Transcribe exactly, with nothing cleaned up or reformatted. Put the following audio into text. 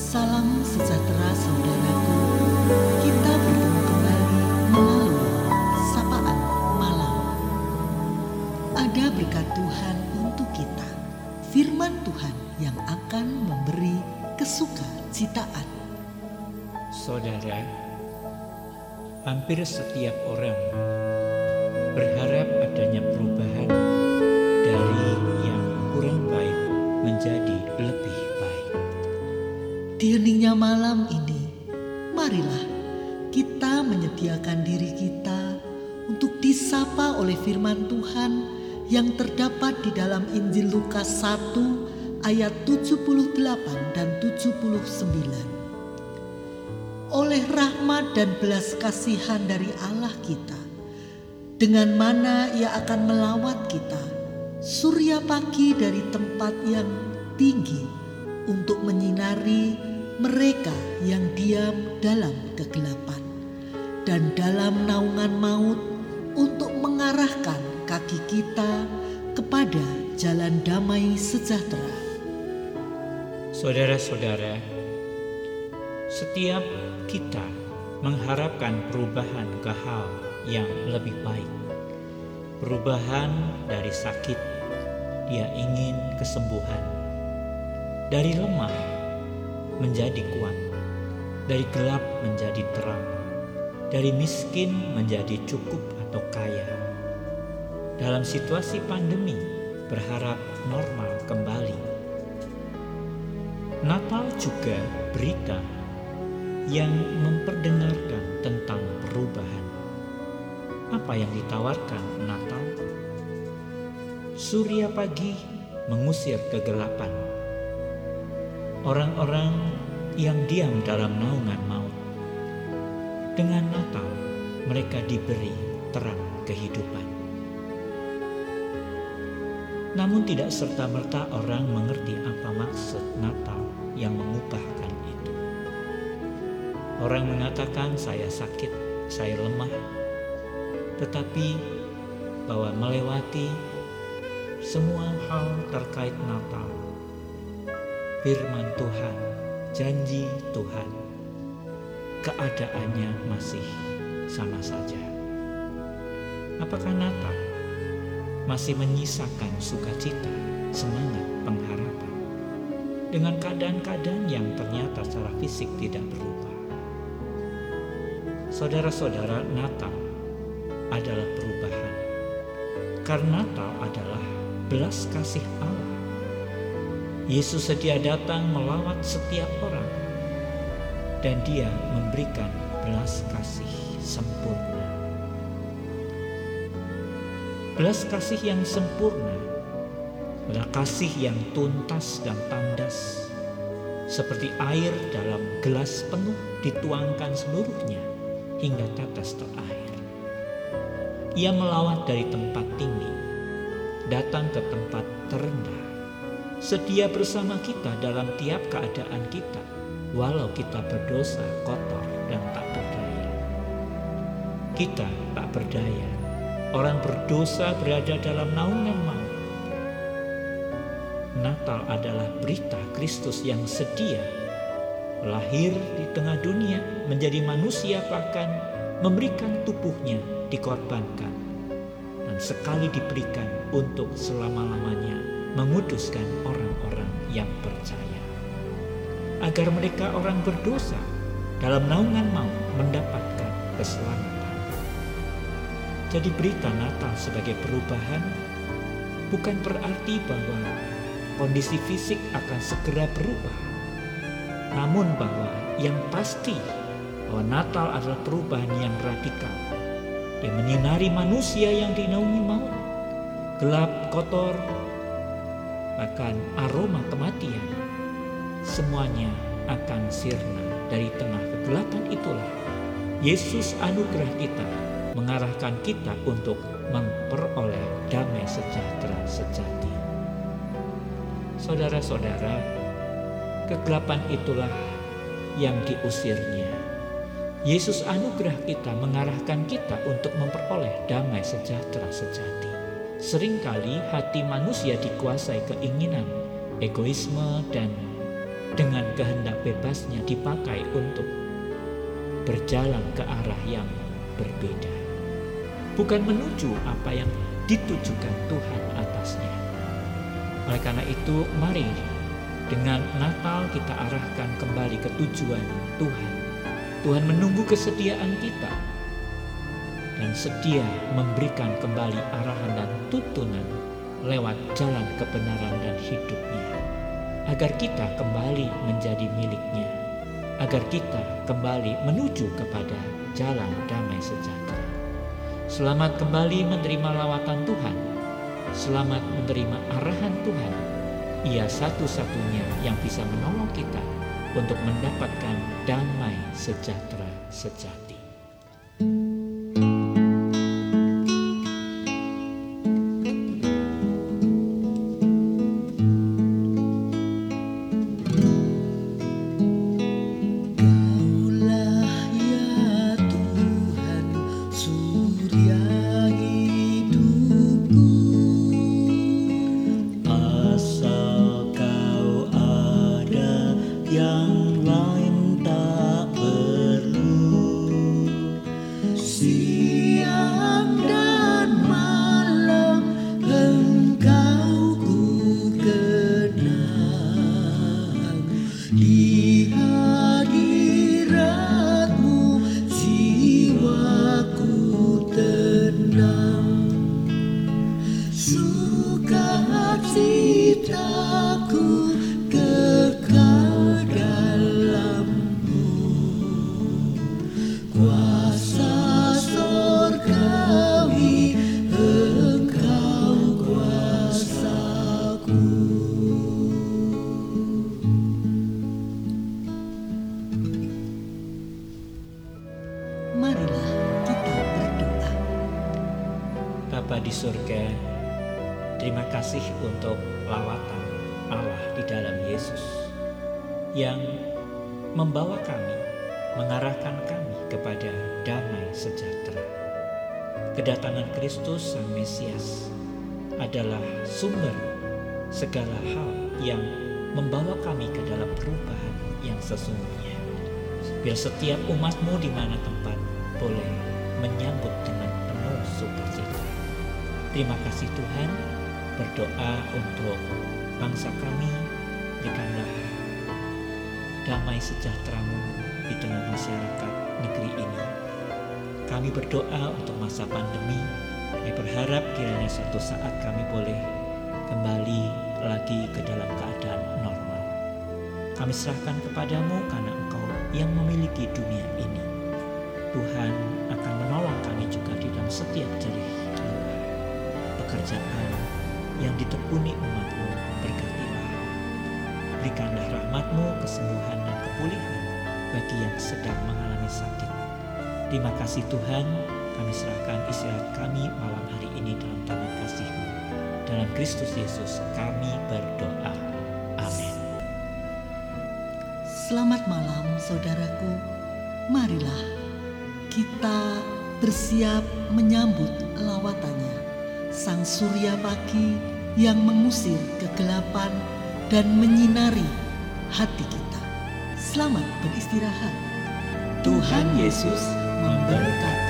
Salam sejahtera saudaraku. Kita bertemu kembali melalui sapaan malam. Ada berkat Tuhan untuk kita, firman Tuhan yang akan memberi kesukacitaan. Saudara, hampir setiap orang berharap adanya perubahan dari yang kurang baik menjadi lebih baik. Di heningnya malam ini, marilah kita menyediakan diri kita untuk disapa oleh firman Tuhan yang terdapat di dalam Injil Lukas satu ayat tujuh puluh delapan dan tujuh puluh sembilan. Oleh rahmat dan belas kasihan dari Allah kita, dengan mana Ia akan melawat kita, surya pagi dari tempat yang tinggi, untuk menyinari mereka yang diam dalam kegelapan, dan dalam naungan maut, untuk mengarahkan kaki kita kepada jalan damai sejahtera. Saudara-saudara, setiap kita mengharapkan perubahan ke hal yang lebih baik. Perubahan dari sakit, dia ingin kesembuhan. Dari lemah menjadi kuat, dari gelap menjadi terang, dari miskin menjadi cukup atau kaya. Dalam situasi pandemi, berharap normal kembali. Natal juga berita yang memperdengarkan tentang perubahan. Apa yang ditawarkan Natal? Surya pagi mengusir kegelapan. Orang-orang yang diam dalam naungan maut. Dengan Natal, mereka diberi terang kehidupan. Namun tidak serta-merta orang mengerti apa maksud Natal yang mengubahkan itu. Orang mengatakan saya sakit, saya lemah, tetapi bahwa melewati semua hal terkait Natal, firman Tuhan, janji Tuhan, keadaannya masih sama saja. Apakah Natal masih menyisakan sukacita, semangat, pengharapan dengan keadaan-keadaan yang ternyata secara fisik tidak berubah? Saudara-saudara, Natal adalah perubahan. Karena Natal adalah belas kasih Allah. Yesus sedia datang melawat setiap orang, dan Dia memberikan belas kasih sempurna. Belas kasih yang sempurna adalah kasih yang tuntas dan tandas, seperti air dalam gelas penuh dituangkan seluruhnya hingga tetes terakhir. Ia melawat dari tempat tinggi, datang ke tempat terendah, sedia bersama kita dalam tiap keadaan kita, walau kita berdosa, kotor, dan tak berdaya. Kita tak berdaya, orang berdosa berada dalam naungan maut. Natal adalah berita Kristus yang sedia lahir di tengah dunia, menjadi manusia, bahkan memberikan tubuhnya dikorbankan, dan sekali diberikan untuk selama-lamanya menguduskan orang-orang yang percaya, agar mereka orang berdosa dalam naungan maut mendapatkan keselamatan. Jadi berita Natal sebagai perubahan bukan berarti bahwa kondisi fisik akan segera berubah, namun bahwa yang pasti bahwa Natal adalah perubahan yang radikal. Dia menyinari manusia yang dinaungi maut, gelap, kotor, bahkan aroma kematian. Semuanya akan sirna. Dari tengah kegelapan itulah Yesus anugerah kita, mengarahkan kita untuk memperoleh damai sejahtera sejati. Saudara-saudara, kegelapan itulah yang diusirnya. Yesus anugerah kita mengarahkan kita untuk memperoleh damai sejahtera sejati. Seringkali hati manusia dikuasai keinginan, egoisme, dan dengan kehendak bebasnya dipakai untuk berjalan ke arah yang berbeda, bukan menuju apa yang ditujukan Tuhan atasnya. Oleh karena itu, mari dengan Natal kita arahkan kembali ke tujuan Tuhan. Tuhan menunggu kesediaan kita dan sedia memberikan kembali arahan dan tuntunan lewat jalan kebenaran dan hidupnya, agar kita kembali menjadi miliknya, agar kita kembali menuju kepada jalan damai sejahtera. Selamat kembali menerima lawatan Tuhan, selamat menerima arahan Tuhan. Ia satu-satunya yang bisa menolong kita untuk mendapatkan damai sejahtera sejati. Yang lain tak perlu, siang dan malam Engkau ku kenang, di hadirat-Mu jiwaku tenang, sukacitaku kekal dalam-Mu, kuasa sorgawi Engkau kuasaku. Marilah kita berdoa. Bapa di surga, terima kasih untuk lawatan Allah di dalam Yesus yang membawa kami, mengarahkan kami kepada damai sejahtera. Kedatangan Kristus Sang Mesias adalah sumber segala hal yang membawa kami ke dalam perubahan yang sesungguhnya. Biar setiap umat-Mu di mana tempat boleh menyambut dengan penuh sukacita. Terima kasih Tuhan, berdoa untuk bangsa kami, berikanlah damai sejahtera-Mu di tengah masyarakat negeri ini. Kami berdoa untuk masa pandemi. Kami berharap kiranya suatu saat kami boleh kembali lagi ke dalam keadaan normal. Kami serahkan kepadamu karena Engkau yang memiliki dunia ini. Tuhan akan menolong kami juga di dalam setiap jerih pekerjaan yang ditekuni umat-Mu. Berkatilah, berikanlah rahmat-Mu, kesembuhan dan kepulihan bagi yang sedang mengalami sakit. Terima kasih Tuhan, kami serahkan istirahat kami malam hari ini dalam tangan kasih-Mu. Dalam Kristus Yesus kami berdoa. Amin. Selamat malam saudaraku. Marilah kita bersiap menyambut lawatannya, Sang Surya Pagi yang mengusir kegelapan dan menyinari hati kita. Selamat beristirahat. Tuhan Yesus memberkati.